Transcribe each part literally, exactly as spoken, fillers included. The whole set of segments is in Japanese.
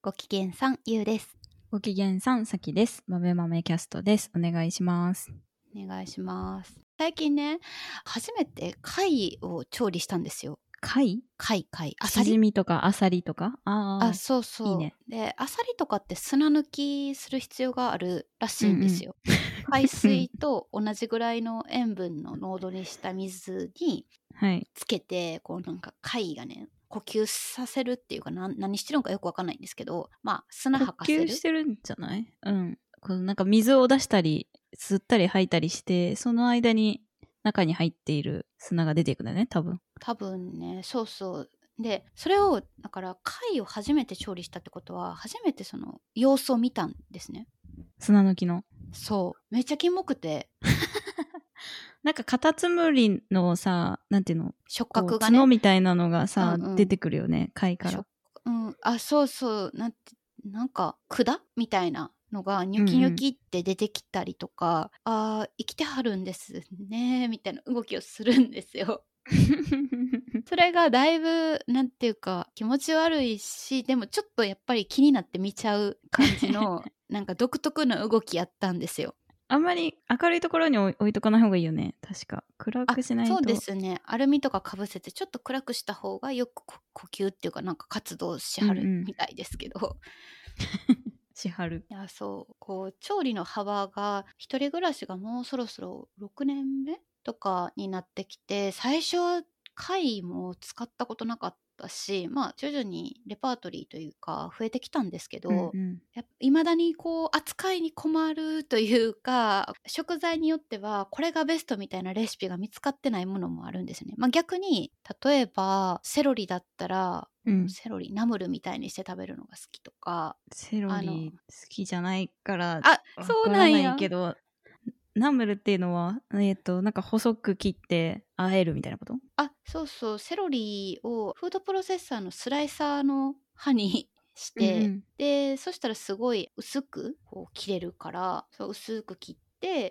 ごきげんさん、ゆうです。 ごきげんさん、さきです。豆豆キャストです。お願いします。 お願いします。最近ね、初めて貝を調理したんですよ。 貝貝、貝。アサしじリみとかアサリとかあ、 ああ、 そういいそね。 う。で、アサリとかって砂抜きする必要があるらしうんうん。 いんですよ。海うん水と同じぐらいの塩分の濃度にした水にはい。 つけて、こうなんか貝がね、呼吸させるっていうか、なん何してるのかよくわかんないんですけど、まあ、砂呼吐かせる。 吸してるんじゃないうん。このなんか水を出したり、吸ったり吐いたりして、その間に中に入っている砂が出ていくんだよね、多分。 多分ね、そうそう。で、それを、だから貝を初めて調理したってことは、初めてその様子を見たんですね。 砂抜きの。 そう。めっちゃキモくて、 なんかカタツムリのさ、なんていうの、 触こう覚がね。 角みたいなのがうんさ、 うん。 出てくるよね、貝から。 触うん、あ、そうそう。なんて、なんか管みたいなのがニョキニョうんうん。 キって出てきたりとか、あー生きてはるんですね、みたいな動きをするんですよ。それがだいぶ、なんていうか、気持ち悪いし、でもちょっとやっぱり気になって見ちゃう感じの、なんか独特な動きやったんですよ。 あんまり明るいところに置い置いとかない方がいいよね。確か。暗あ、 くしないそうでと。 すね。アルミとかかぶせてちょっと暗くした方がよくこ呼吸っていうかなんか活動しはるうんうん。 みたいですけど。 しはる。 いや、そう、こう調理の幅が一人暮らしがもうそろそろろくねんめとかになってきて、最初は貝も使ったことなかったし、まあ徐々にレパートリーというか増えてきたんですけど、 うんうん。 やっぱ未だにこう扱いに困るというか、食材によってはこれがベストみたいなレシピが見つかってないものもあるんですね。まあ逆に、例えばセロリだったら、もううん。 セロリナムルみたいにして食べるのが好きとか、 セロあの、 リ好きじゃないからあ、そうわからないなんや。 けど、ナムルっていうのは、えっ、と、なんか細く切って和えるみたいなことあ、そうそう、セロリをフードプロセッサーのスライサーの刃にして、 うんうん。 で、そしたらすごい薄くこう切れるから、そう薄く切って、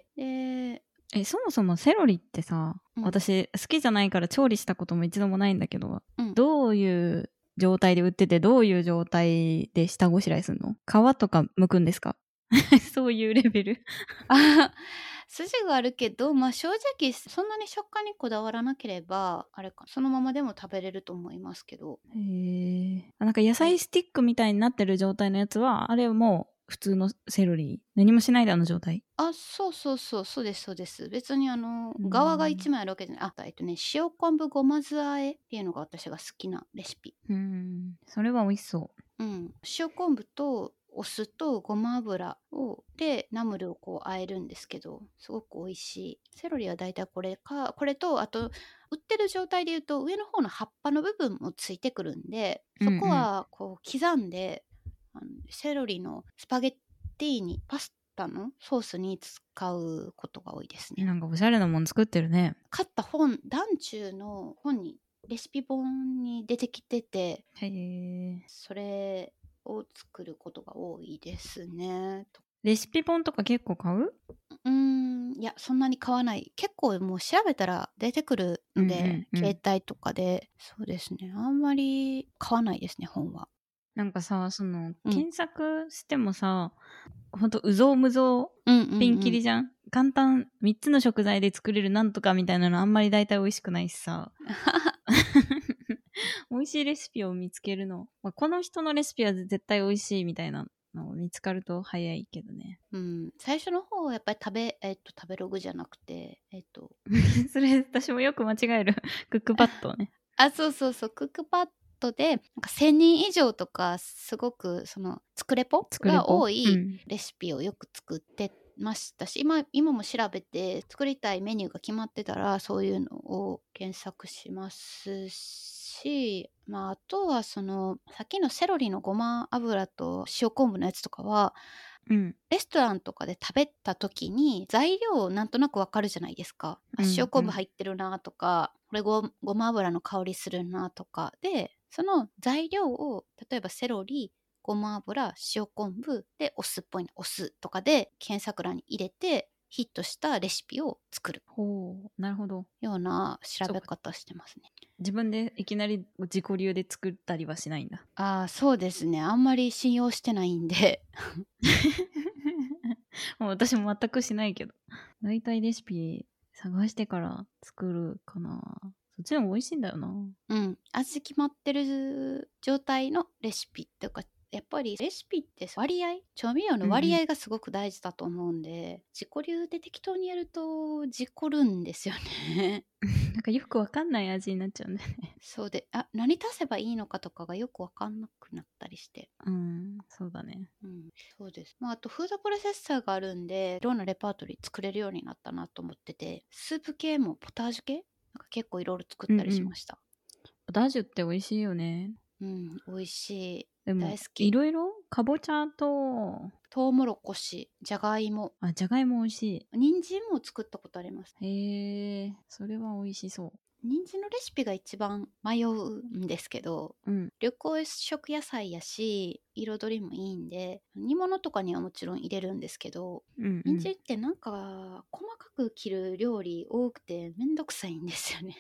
で、 え、そもそもセロリってさ、 うん、 私好きじゃないから調理したことも一度もないんだけど、 うん。 どういう状態で売ってて、どういう状態で下ごしらえするの皮とか剥くんですかそういうレベルあ、筋があるけど、ま、正直そんなに食感にこだわらなければ、あれか、そのままでも食べれると思いますけど。 へえ。あ、なんか野うん。 菜スティックみたいになってる状態のやつは、あれはもう普通のセロリ。何もしないであの状態。 あ、そうそうそう、そうですそうです。別にあの、 うー側が一ん。 枚あるわけじゃない。あ、えっとね、塩昆布ごま酢和えっていうのが私が好きなレシピ。 うーん。それは美味しそうん。塩昆布とお酢とごま油をで、ナムルをこう和えるんですけど、すごく美味しい。セロリはだいたいこれかこれと、あと、売ってる状態で言うと、上の方の葉っぱの部分もついてくるんで、 う。うんそこうん。 はこう刻んで、あの、セロリのスパゲッティーニ、パスタのソースに使うことが多いですね。 なんかおしゃれなもん作ってるね。 買った本、団中の本に、レシピ本に出てきてて、 へえ。 それを作ることが多いですね。とレシピ本とか結構買ううーん、いや、そんなに買わない。結構もう調べたら出てくるうんので、 うんうん。 携帯とかで、そうですね、あんまり買わないですね、本は。 なんかさ、その、 うん。 検索してもさ、ほんと、うぞうむぞう、 うんうんピンキうん。 リじゃん簡単、みっつの食材で作れるなんとかみたいなのあんまり大体美味しくないしさ。美味しいレシピを見つけるの。まあ、この人のレシピは絶対美味しいみたいなのを見つかると早いけどね。 うん、最初の方はやっぱり食べえっと、食べログじゃなくて、えっとそれ私もよく間違える。クックパッドね。 あ、そうそうそう、クックパッドで、なんかせんにん以上とか、すごくその、作レポが作れぽ多いうん。 レシピをよく作ってましたし、今今も調べて作りたいメニューが決まってたら、そういうのを検索しますし、まあ、あとはその、さっきのセロリのごま油と塩昆布のやつとかは、 うん。 レストランとかで食べた時に、材料なんとなくわかるじゃないですか。あ、塩昆布うんうん。 入ってるなとか、これごごま油の香りするなとかで、その材料を例えばセロリ、ごま油、塩昆布でお酢っぽいなお酢とかで検索欄に入れて、ヒットしたレシピを作るほう、なるほど。 ような調そうか。 べ方してますね。 自分でいきなり自己流で作ったりはしないんだ。 ああ、そうですね。あんまり信用してないんで。 もう私も全くしないけど。だいたいレシピ探してから作るかな。そっちの方が美味しいんだよな。 うん。味決まってる状態のレシピとか、やっぱりレシピって割合、調味料の割合がすごく大事だと思うんで、うんうん、自己流で適当にやると事故るんですよね。 なんかよくわかんない味になっちゃうんだよね。 そうで、あ、何足せばいいのかとかがよくわかんなくなったりして。 うん、そうだね。 うん、そうです。まあ、あとフードプロセッサーがあるんで、いろんなレパートリー作れるようになったなと思ってて、スープ系もポタージュ系なんか結構いろいろ作ったりしました。 ポタージュって美味しいよね。 うん、美味しい。 でも大好き。 いろいろかぼちゃとトウモロコシ、じゃがいも。 あ、じゃがいも美味しい。 人参も作ったことあります。 へえ、それは美味しそう。 人参のレシピが一番迷うんですけど、 うん、 緑黄色野菜やし彩りもいいんで煮物とかにはもちろん入れるんですけど、うんうん、人参ってなんか細かく切る料理多くてめんどくさいんですよね。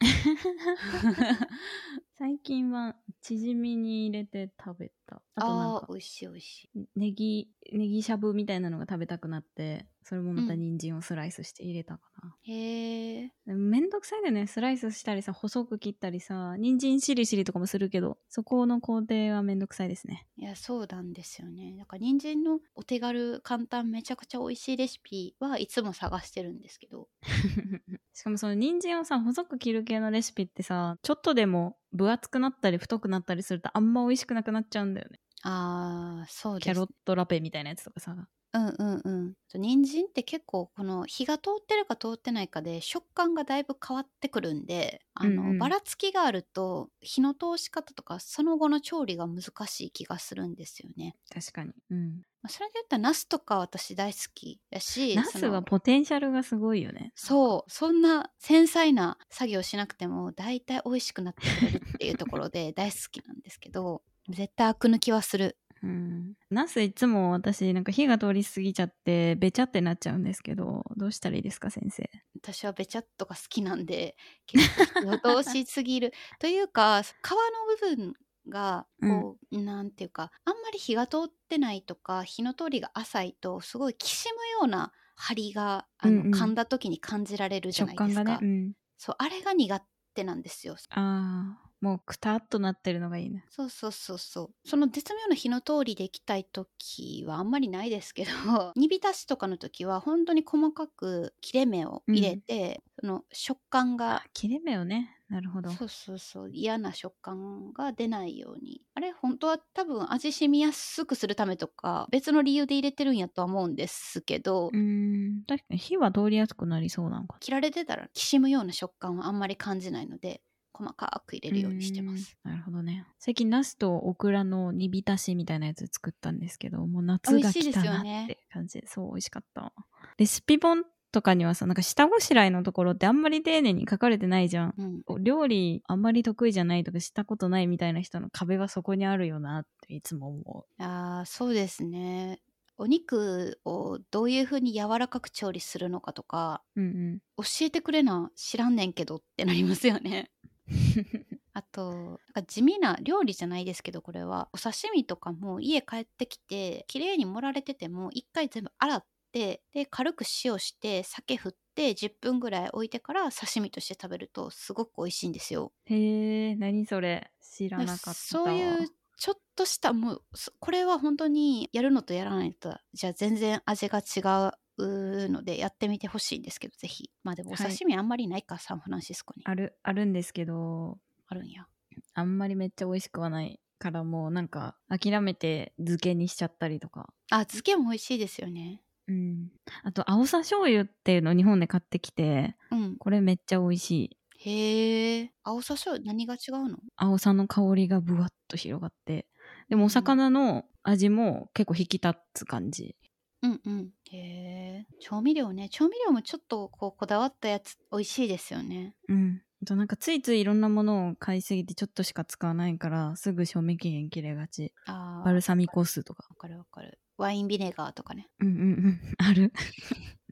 最近はチヂミに入れて食べた。あとなんかあー美味しい美味しい。 ネギネギしゃぶみたいなのが食べたくなって、それもまた人参をスライスして入れたかな。 うん、へえ。 めんどくさいだよね。スライスしたりさ、細く切ったりさ、人参しりしりとかもするけど、そこの工程はめんどくさいですね。 いや、そうなんですよね。だから人参のお手軽簡単めちゃくちゃ美味しいレシピはいつも探してるんですけど。 しかもその人参をさ、細く切る系のレシピってさ、ちょっとでも分厚くなったり太くなったりするとあんま美味しくなくなっちゃうんだよね。 ああ、そうです。 キャロットラペみたいなやつとかさ。 うんうんうん。人参って結構この火が通ってるか通ってないかで食感がだいぶ変わってくるんで、あの、うんうん、ばらつきがあると火の通し方とかその後の調理が難しい気がするんですよね。 確かに。うん。 それで言ったらナスとか私大好きだし、 ナスはポテンシャルがすごいよね。 そう、そんな繊細な作業しなくても大体美味しくなってくれるっていうところで大好きなんですけど、絶対アク抜きはする。 うん、ナスいつも私なんか火が通り過ぎちゃってべちゃってなっちゃうんですけど、どうしたらいいですか先生。 私はべちゃっとが好きなんで結構火を通しすぎるというか皮の部分がこう、うん、なんていうかあんまり火が通ってないとか火の通りが浅いとすごいきしむような張りがあの、うんうん、噛んだ時に感じられるじゃないですか。 食感がね、うん、 そうあれが苦手なんですよ。 ああ、もうくたっとなってるのがいいね。 そうそうそうそう。その絶妙な火の通りでいきたい時はあんまりないですけど煮浸しとかの時は本当に細かく切れ目を入れて、うん、その食感が切れ目をね、なるほど。 そうそうそう嫌な食感が出ないように、あれ本当は多分味染みやすくするためとか別の理由で入れてるんやとは思うんですけど、 うーん確かに火は通りやすくなりそうなのか。 切られてたらきしむような食感はあんまり感じないので細かく入れるようにしてます。 なるほどね。最近ナスとオクラの煮浸しみたいなやつ作ったんですけど、もう夏が来たなって感じで、そう美味しかった。レシピ本とかにはさ、なんか下ごしらえのところってあんまり丁寧に書かれてないじゃん、うん、料理あんまり得意じゃないとかしたことないみたいな人の壁はそこにあるよなっていつも思う。 あーそうですね。お肉をどういう風に柔らかく調理するのかとか、うんうん、教えてくれな知らんねんけどってなりますよね。あとなんか地味な料理じゃないですけど、これはお刺身とかも家帰ってきて綺麗に盛られてても一回全部洗ってで軽く塩して酒振ってじゅっぷんぐらい置いてから刺身として食べるとすごく美味しいんですよ。 へえ、何それ知らなかった。 そういうちょっとしたもうこれは本当にやるのとやらないとじゃあ全然味が違うのでやってみてほしいんですけど、ぜひ。まあでもお刺身あんまりないか、はい、サンフランシスコに。 あるあるんですけど、 あるんや。 あんまりめっちゃ美味しくはないからもうなんか諦めて漬けにしちゃったりとか。 あ、漬けも美味しいですよね。 うん。あと青さ醤油っていうのを日本で買ってきて、うん、これめっちゃ美味しい。 へえ。青さ醤油何が違うの？ 青さの香りがブワッと広がって、でもお魚の味も結構引き立つ感じ。 うんうん。へえ。調味料ね。調味料もちょっとこうこだわったやつ美味しいですよね。 うん。となんかついついいろんなものを買いすぎてちょっとしか使わないからすぐ賞味期限切れがち。あバルサミコ酢とか。 わかるわかる。ワインビネガーとかね。 うんうんうん。ある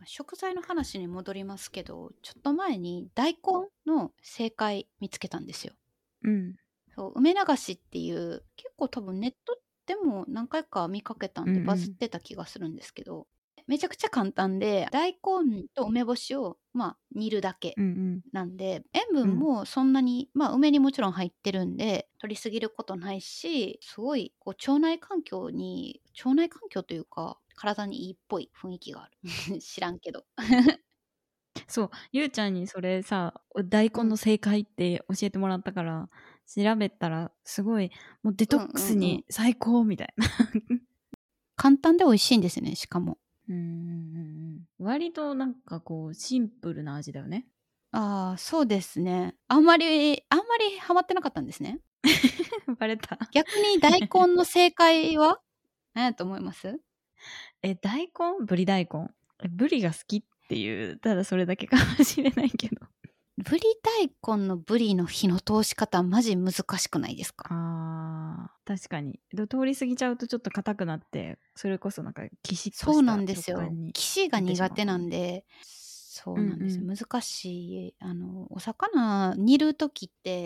食材の話に戻りますけど、ちょっと前に大根の正解見つけたんですよ。 うん。 そう、梅流しっていう、結構多分ネットでも何回か見かけたんでうんうんバズってた気がするんですけど、めちゃくちゃ簡単で、大根と梅干しを、まあ、煮るだけうんうんなんで、塩分もそんなに、まあ、梅にもちろん入ってるんで、取りすぎることないし、すごい、こう、腸内環境に腸内環境というか、体にいいっぽい雰囲気がある。知らんけど。 そう、ゆうちゃんにそれさ、大根の正解って教えてもらったから、調べたら、すごい、もうデトックスうんうんうんに最高みたいな。 簡単で美味しいんですね、しかも。 うんうんうんうん。割となんかこう、シンプルな味だよね。 ああ、そうですね。あんまりあんまりハマってなかったんですね。 バレた。 逆に大根の正解は何やと思います？ え、大根ぶり大根。えぶりが好きっていう、ただそれだけかもしれないけど。 ぶり大根のぶりの火の通し方マジ難しくないですか？ あー、確かに。で通り過ぎちゃうとちょっと硬くなって、それこそなんかキシッとそうなしたんですよ。 食感に生地がなってしま苦手うかもね。 なんで、そうんうなんですよ。 うん。 難しい。あの、お魚煮る時って、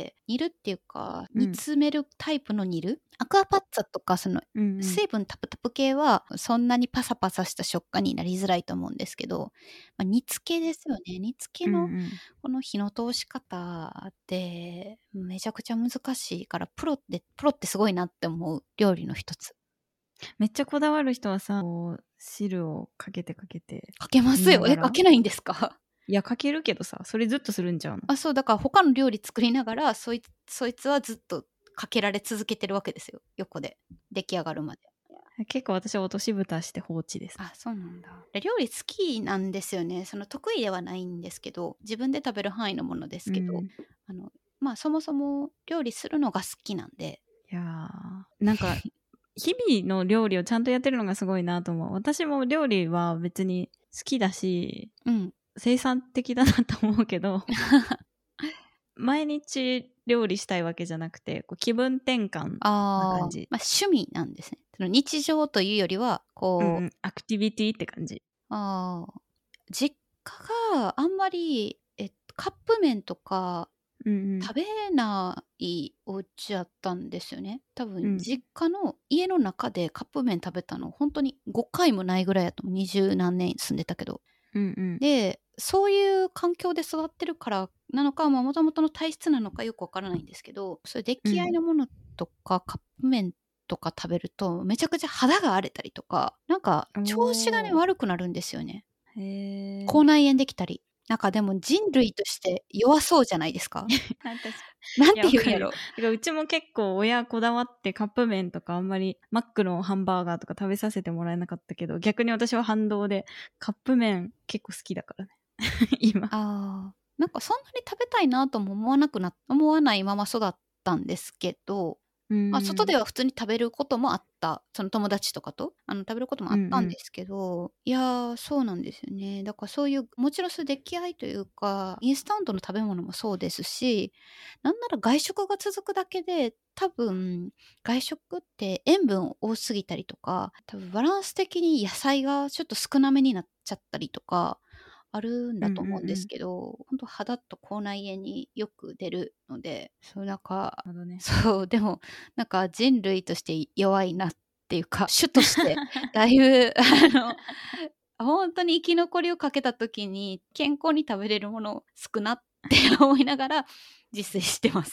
煮るっていうか、煮うん詰めるタイプの煮る？アクアパッツァとかそのうんうん。 水分タプタプ系は、そんなにパサパサした食感になりづらいと思うんですけど、ま、煮付けですよね。煮付けのうんうん。 この火の通し方ってめちゃくちゃ難しいから、プロってプロってすごいなって思う料理の一つ。 めっちゃこだわる人はさ、こう汁をかけてかけてかけますよ。え、 煮ながらかけないんですか？ いや、かけるけどさ、それずっとするんちゃうの？ あ、そう、だから他の料理作りながら、そいそいつはずっとかけられ続けてるわけですよ、横で。出来上がるまで。 結構私は落とし蓋して放置です。 あ、そうなんだ。で、料理好きなんですよね。その得意ではないんですけど、自分で食べる範囲のものですけど、 うん。 あの、まあ、そもそも料理するのが好きなんで。 いやー、なんか日々の料理をちゃんとやってるのがすごいなと思う。私も料理は別に好きだし、 うん。 生産的だなと思うけど、毎日料理したいわけじゃなくて、こう気分転換なああ、 感じ。 ま、趣味なんですね。その日常というよりは、こううんうん、アクティビティって感じ。 ああ、実家があんまり、えっと、カップ麺とかうんうん。 食べないお家やったんですよね。多うん分実家の家の中でカップ麺食べたのほんとにごかいもないぐらいやと思う。にじゅうなんねん住んでたけど。 うんうん。 で、そういう環境で育ってるからなのか、ま、元々の体質なのかよくわからないんですけど、そういう出来合いうん。 のものとかカップ麺とか食べると、めちゃくちゃ肌が荒れたりとか、なんかお調子がね、 お。 悪くなるんですよね。 へえ。 口内炎できたり。なんかでも人類として弱そうじゃないですか？ あ、確かないんてや、わかるよ。 言うんやろ。 てかうちも結構親こだわってカップ麺とかあんまりマックのハンバーガーとか食べさせてもらえなかったけど、逆に私は反動でカップ麺結構好きだからね。今。 ああ、なんかそんなに食べたいなとも思わなくな思わないまま育ったんですけど、 うーま、外でん。 は普通に食べることもあった。その友達とかと、あの、食べることもあったんうんうん。 ですけど、いや、そうなんですよね。だからそういうもちろんそういう出来合いというか、インスタントの食べ物もそうですし、なんなら外食が続くだけで、多分外食って塩分多すぎたりとか、多分バランス的に野菜がちょっと少なめになっちゃったりとかあるんうんだと思うんですうんうん。 けど、ほんと肌と口内炎によく出るので、そうなんか、 なるほどね。 そう、でもなんか人類として弱いなっていうか、種としてだいぶあの、ほんとに生き残りをかけた時に、健康に食べれるもの少なって思いながら自炊してます。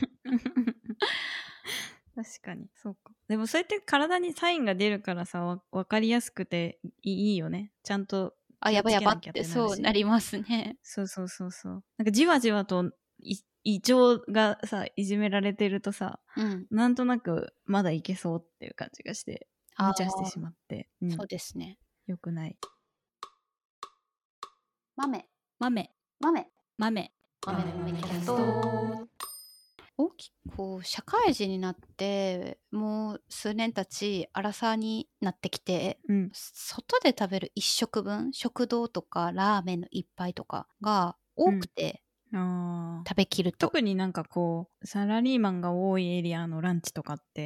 確かに、そうか。でもそうやって体にサインが出るからさ、わ分かりやすくていいいよね。ちゃんとあ、 気をやばやばっつけなきゃってそうてなるし。 なりますね。 そうそうそうそう。なんかじわじわとい胃腸がさ、いじめられてるとさ、 うん。 なんとなくまだいけそうっていう感じがして、 ああ、 無茶してしまって、うそうん、 ですね。 良くない。 豆、 豆、 豆、 豆。 豆豆キャスト。大きくこう社会人になってもう数年経ちアラサーになってきて、 うん。 外で食べるいっしょくぶん、食堂とかラーメンの一杯とかが多くて、 ああ。 食べきると。 特になんかこう、サラリーマンが多いエリアのランチとかって、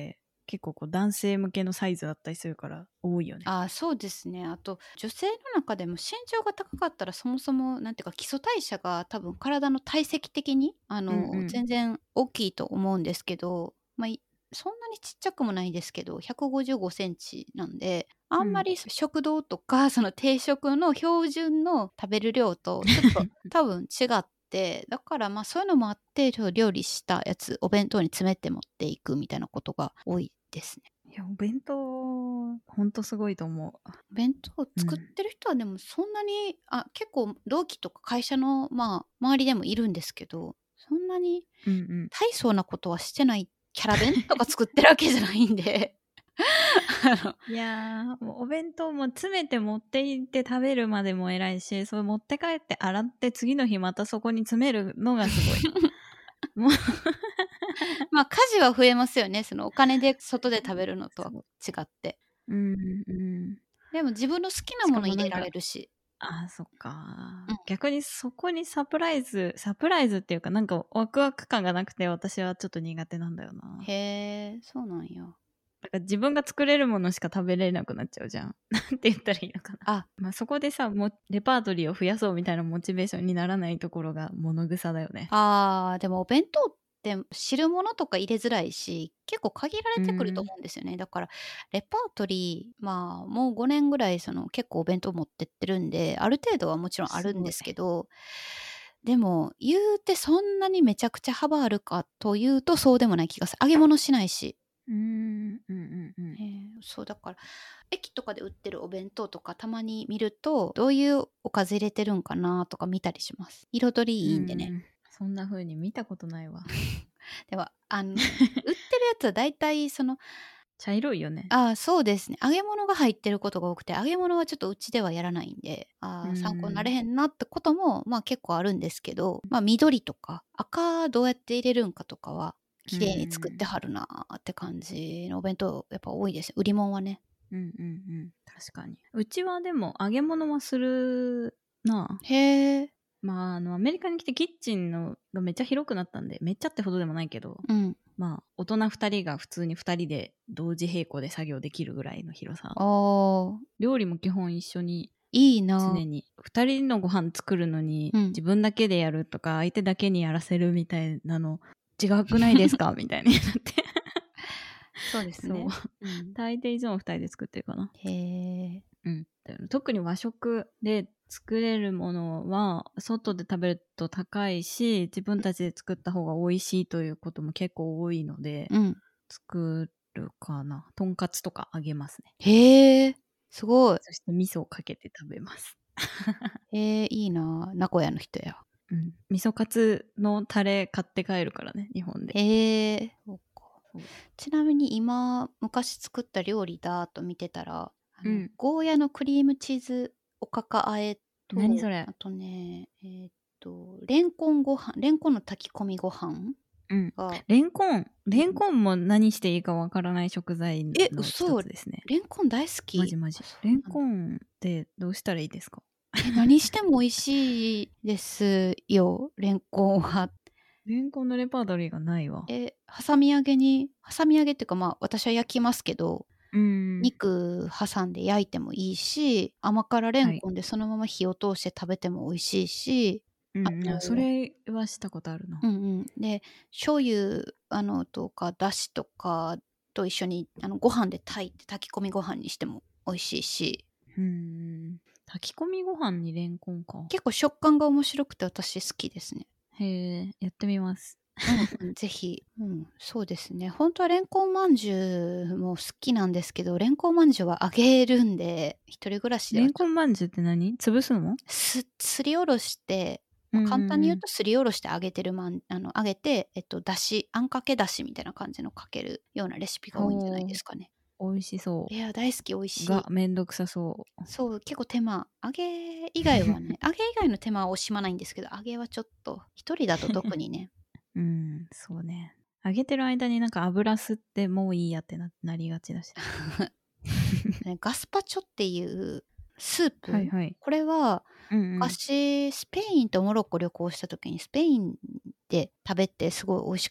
結構こう男性向けのサイズだったりするから多いよね。 ああ、そうですね。あと女性の中でも身長が高かったらそもそもなんていうか基礎代謝が多分体の体積的にあの、 うんうん全然大きいと思うんですけど、まあ、いそんなにちっちゃくもないですけどひゃくごじゅうごセンチなんであんまり食堂とかその定食の標準の食べる量とちょっと多分違ってだからまあそういうのもあってちょっと料理したやつお弁当に詰めて持っていくみたいなことが多いですね。 いやお弁当ほんとすごいと思う。 お弁当作ってる人はでもそんなに、あ、結構同期とか会社のまあ周りでもいるんですけど、そんなにうんうん大層なことはしてない。キャラ弁とか作ってるわけじゃないんであのいやーもうお弁当も詰めて持って行って食べるまでも偉いし、それ持って帰って洗って次の日またそこに詰めるのがすごい。もうまあ家事は増えますよね。そのお金で外で食べるのとは違って。 うんうんでも自分の好きなしもの入れかもなんかられるし。 あーそっか、 うん。 逆にそこにサプライズサプライズっていうかなんかワクワク感がなくて私はちょっと苦手なんだよな。 へえ、そうなんや。 だから自分が作れるものしか食べれなくなっちゃうじゃん。なんて言ったらいいのかな。 あ、 まあそこでさもレパートリーを増やそうみたいなモチベーションにならないところが物臭だよね。 あーでもお弁当って汁物とか入れづらいし結構限られてくると思うんですよね。だからレパートリーまあもうごねんぐらいその結構お弁当持ってってるんである程度はもちろんあるんですけどでも言うてそんなにめちゃくちゃ幅あるかというとそうでもない気がする。揚げ物しないし。 うーんうんうんうんえーそうだから駅とかで売ってるお弁当とかたまに見るとどういうおかず入れてるんかなとか見たりします。彩りいいんでね。 うーんそんな風に見たことないわ。 ではあの売ってるやつは大体その茶色いよね。 ああそうですね揚げ物が入ってることが多くて揚げ物はちょっとうちではやらないんであうんー参考になれへんなってこともまあ結構あるんですけどまあ緑とか赤どうやって入れるんかとかは綺麗に作ってはるなーって感じのお弁当やっぱ多いです売り物はね。 うんうんうん確かに。うちはでも揚げ物はするな。 へえ。 まああのアメリカに来てキッチンのがめっちゃ広くなったんでめっちゃってほどでもないけど、 うん。 まあ大人ふたりが普通にふたりで同時並行で作業できるぐらいの広さ。 ああ。 料理も基本一緒にいいな。 常にふたりのご飯作るのに、 うん自分だけでやるとか相手だけにやらせるみたいなの違くないですかみたいになってそうですね。 そううん、 大抵いつもふたりで作ってるかな。 へえ。 うん、特に和食で作れるものは外で食べると高いし自分たちで作った方が美味しいということも結構多いので、 うん。 作るかな。とんかつとかあげますね。 へえ。すごい。 そして味噌をかけて食べます。 へえ、いいな。名古屋の人や。 うん、味噌カツのタレ買って帰るからね日本で。 へえ。そうか。 そうちなみに今昔作った料理だと見てたら、あの、 うんゴーヤのクリームチーズおかかあえと、 何それあとね、えーっとレンコンご飯、レンコンの炊き込みご飯うんが、 レンコンレンコンも何していいかわからない食材のえ、 一嘘。 つですね。 レンコン大好き。 マジマジ。レンコンってどうしたらいいですか？ え、何しても美味しいですよ、レンコンは。 レンコンのレパートリーがないわ。 え、挟み揚げに挟み揚げっていうか、まあ、私は焼きますけど、 うん肉挟んで焼いてもいいし、甘辛レはいンコンでそのまま火を通して食べても美味しいし、あうんうん、あそとれはしたことあるな。 うんうん。で、醤油、あの、とか、だしとかと一緒に、あの、ご飯で炊いて炊き込みご飯にしても美味しいし、 うん炊き込みご飯にレンコンか。 結構食感が面白くて私好きですね。 へえやってみます。 うんうん、ぜひ、うん、そうですね。本当はレンコンまんじゅうも好きなんですけど、レンコンまんじゅうは揚げるんで、一人暮らしでレはンコンまんじゅうって何？潰すの？ すすりおろして、まあ、 うんうんうん簡単に言うとすりおろして揚げてるまんあの揚げて、えっと、だしあんかけだしみたいな感じのかけるようなレシピが多いんじゃないですかね。 美味しそいや大好き美味しう。 い。 がめんどくさそう。 そう結構手間揚げ以外はね揚げ以外の手間は惜しまないんですけど揚げはちょっと一人だと特にねうんそうね。揚げてる間になんか油吸ってもういいやって な, なりがちだし。 ねガスパチョっていうスープ、 はいはい。 これはうんうん。 昔スペインとモロッコ旅行した時にスペインで食べてすごい美味しかっ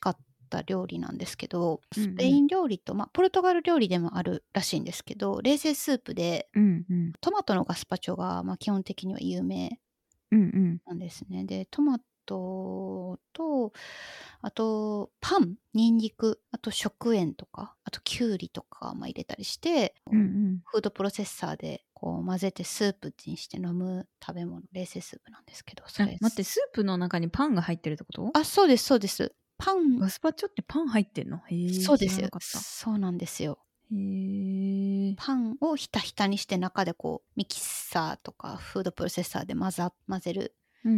った料理なんですけど、 うんうんスペイン料理と、まあ、ポルトガル料理でもあるらしいんですけど、冷製スープでうんうんトマトのガスパチョが、まあ、基本的には有名うんうんなんですね。で、トマトと、あとパン、ニンニク、あと食塩とか、あとキュウリとか、まあ、入れたりして、 うんうんフードプロセッサーでこう混ぜてスープにして飲む食べ物、冷製スープなんですけど、そあ、 れ待って、スープの中にパンが入ってるってこと？ あ、そうですそうです。パンガスパチョってパン入ってんの？へえ、知そうですよ。 らなかった。 そうなんですよ。 へえ。 パンをひたひたにして中でこうミキサーとかフードプロセッサーで混ざ混ぜる。 うんうん。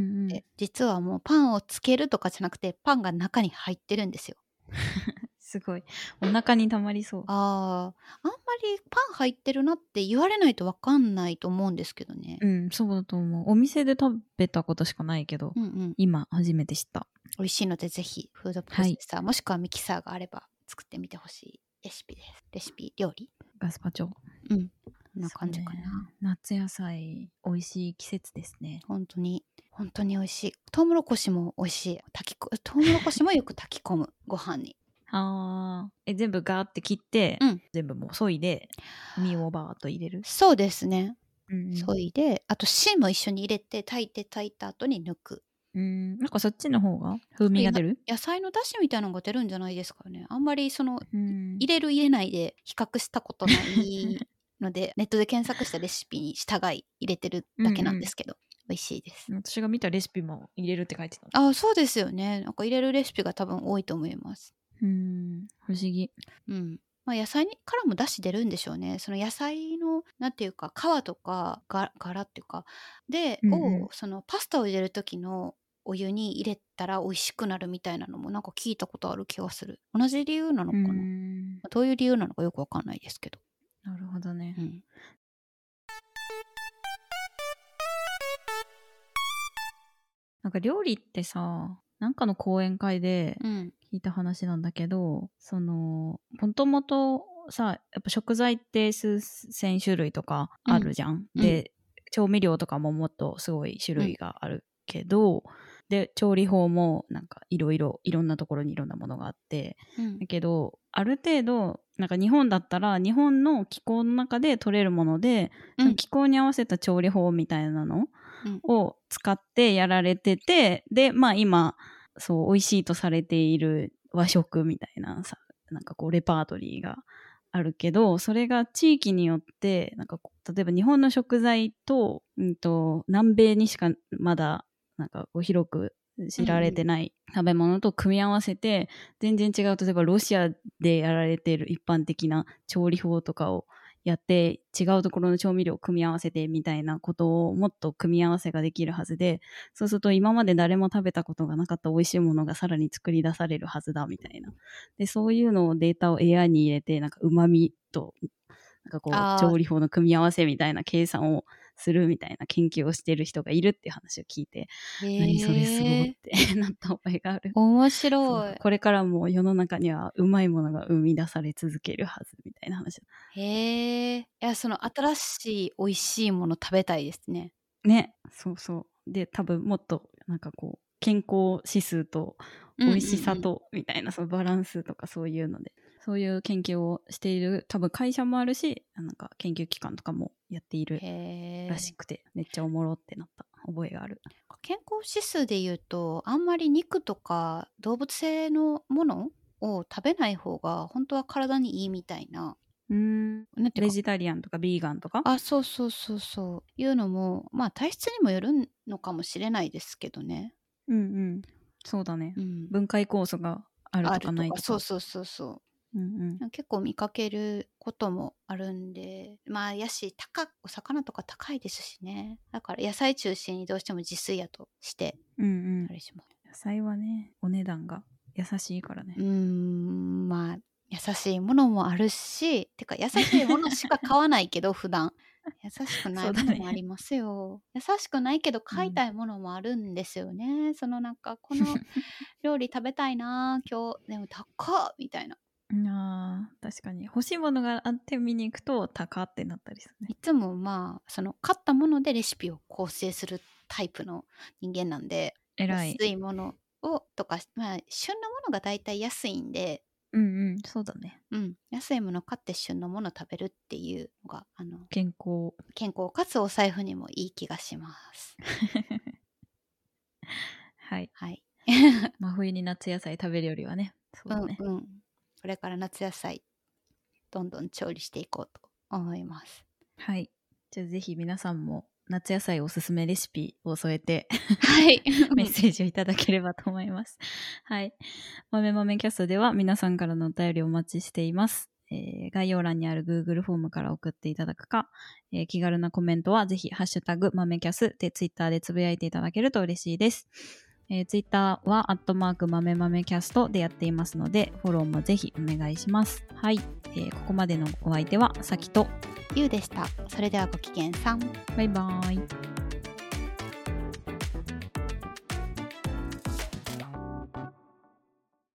で、実はもうパンをつけるとかじゃなくて、パンが中に入ってるんですよ。 すごい。お腹にたまりそう。 ああ、あんまりパン入ってるなって言われないとわかんないと思うんですけどね。 うん、そうだと思う。お店で食べたことしかないけど、 うんうん。 今初めて知った。 美味しいのでぜひフードプロはい。 セッサー、もしくはミキサーがあれば作ってみてほしいレシピです。レシピ、料理。 ガスパチョ。 うん。こんなそう感じかね。 な。 夏野菜、美味しい季節ですね。 ほんとに、ほんとに美味しい。トウモロコシも美味しい。炊きこトウモロコシもよく炊き込む、ご飯に。 ああ。え、全部ガーって切って、 うん。 全部もう削いで、身をバーっと入れる。 そうですね。 うんうん。 削いで、あと芯も一緒に入れて炊いて炊いた後に抜く。 うーん、なんかそっちの方が風味が出る？ 野菜の出汁みたいなのが出るんじゃないですかね。あんまりその、 うん。 入れる入れないで比較したことないので、ネットで検索したレシピに従い入れてるだけなんですけど、美味しいです。 私が見たレシピも入れるって書いてた。 ああ、そうですよね。なんか入れるレシピが多分多いと思います。 うーん、不思議。 うん。まあ、野菜にからも出汁出るんでしょうね。その野菜の、なんていうか、皮とかが柄っていうか、で、 うんうん。 を、そのパスタを入れる時のお湯に入れたら美味しくなるみたいなのもなんか聞いたことある気がする。同じ理由なのうーかな。 ん、 ま、どういう理由なのかよくわかんないですけど。 なるほどね。 うん。 なんか料理ってさ、なんかの講演会でうん。 聞いた話なんだけど、その、もともとさ、やっぱ食材って数千種類とかあるじゃん。 うん。 で、調味料とかももっとすごい種類があるけど、で、調理法もなんかいろいろ、いろんなところにいろんなものがあって、 うん。 だけど、ある程度、なんか日本だったら日本の気候の中で取れるもので、 うん。 その気候に合わせた調理法みたいなのうん。 を使ってやられてて、で、まあ今、そう、美味しいとされている和食みたいなさ、なんかこうレパートリーがあるけど、それが地域によって、なんかこう例えば日本の食材と、うんと、南米にしかまだ、なんかこう広く知られてない食べ物と組み合わせて、全然違う、例えばロシアでやられている一般的な調理法とかをやって違うところの調味料を組み合わせてみたいなことをもっと組み合わせができるはずで、そうすると今まで誰も食べたことがなかった美味しいものがさらに作り出されるはずだみたいな。で、そういうのをデータを エーアイ に入れて、なんか旨味と、なんかこう、調理法の組み合わせみたいな計算をするみたいな研究をしてる人がいるっていう話を聞いて、何それすごいってなった覚えがある。 面白い。 これからも世の中にはうまいものが生み出され続けるはずみたいな話。 へえ。いや、その新しい美味しいもの食べたいですね。 ね、そうそう。で、多分もっとなんかこう、健康指数と美味しさとみたいな、そのバランスとかそういうので、そういう研究をしている多分会社もあるし、なんか研究機関とかもやっているらしくて、めっちゃおもろってなった覚えがある。 健康指数で言うと、あんまり肉とか動物性のものを食べない方が本当は体にいいみたいな。 うーん。 なんていうかベジタリアンとかビーガンとかあ、そうそうそうそう。いうのも、まあ体質にもよるのかもしれないですけどね。 うんうん。そうだね。 うん。 分解酵素があるとかないとか。 そうそうそうそう。 うんうん、 結構見かけることもあるんで、まあやし高お魚とか高いですしね。だから野菜中心にどうしても自炊やとしてうんうん、 あれします。 野菜はね、お値段が優しいからね。 うーん、まあ優しいものもあるし、てか優しいものしか買わないけど普段優しくないものもありますよ。ね、優しくないけど買いたいものもあるんですよね。うん、そのなんかこの料理食べたいな今日でも高っみたいな。 あー、確かに欲しいものがあって見に行くと高ってなったりするね。 いつもまあその買ったものでレシピを構成するタイプの人間なんで、 偉い。 安いものをとか、まあ、旬のものがだいたい安いんで、 うんうん、そうだね。 うん、安いもの買って旬のもの食べるっていうのがあの健康。 健康かつお財布にもいい気がします。 はい。 はい。 真冬に夏野菜食べるよりはね。そうだね。 うんうん。これから夏野菜どんどん調理していこうと思います。 はい。じゃあぜひ皆さんも夏野菜おすすめレシピを添えてはいメッセージをいただければと思います。はい。豆豆キャストでは皆さんからのお便りをお待ちしています。えー、概要欄にある Google フォームから送っていただくか、えー、気軽なコメントはぜひハッシュタグ豆キャスで Twitter でつぶやいていただけると嬉しいです。えー、Twitter はアットマーク豆豆キャストでやっていますのでフォローもぜひお願いします。はい。えー、ここまでのお相手はさきとゆうでした。それではごきげんさん。 バイバーイ。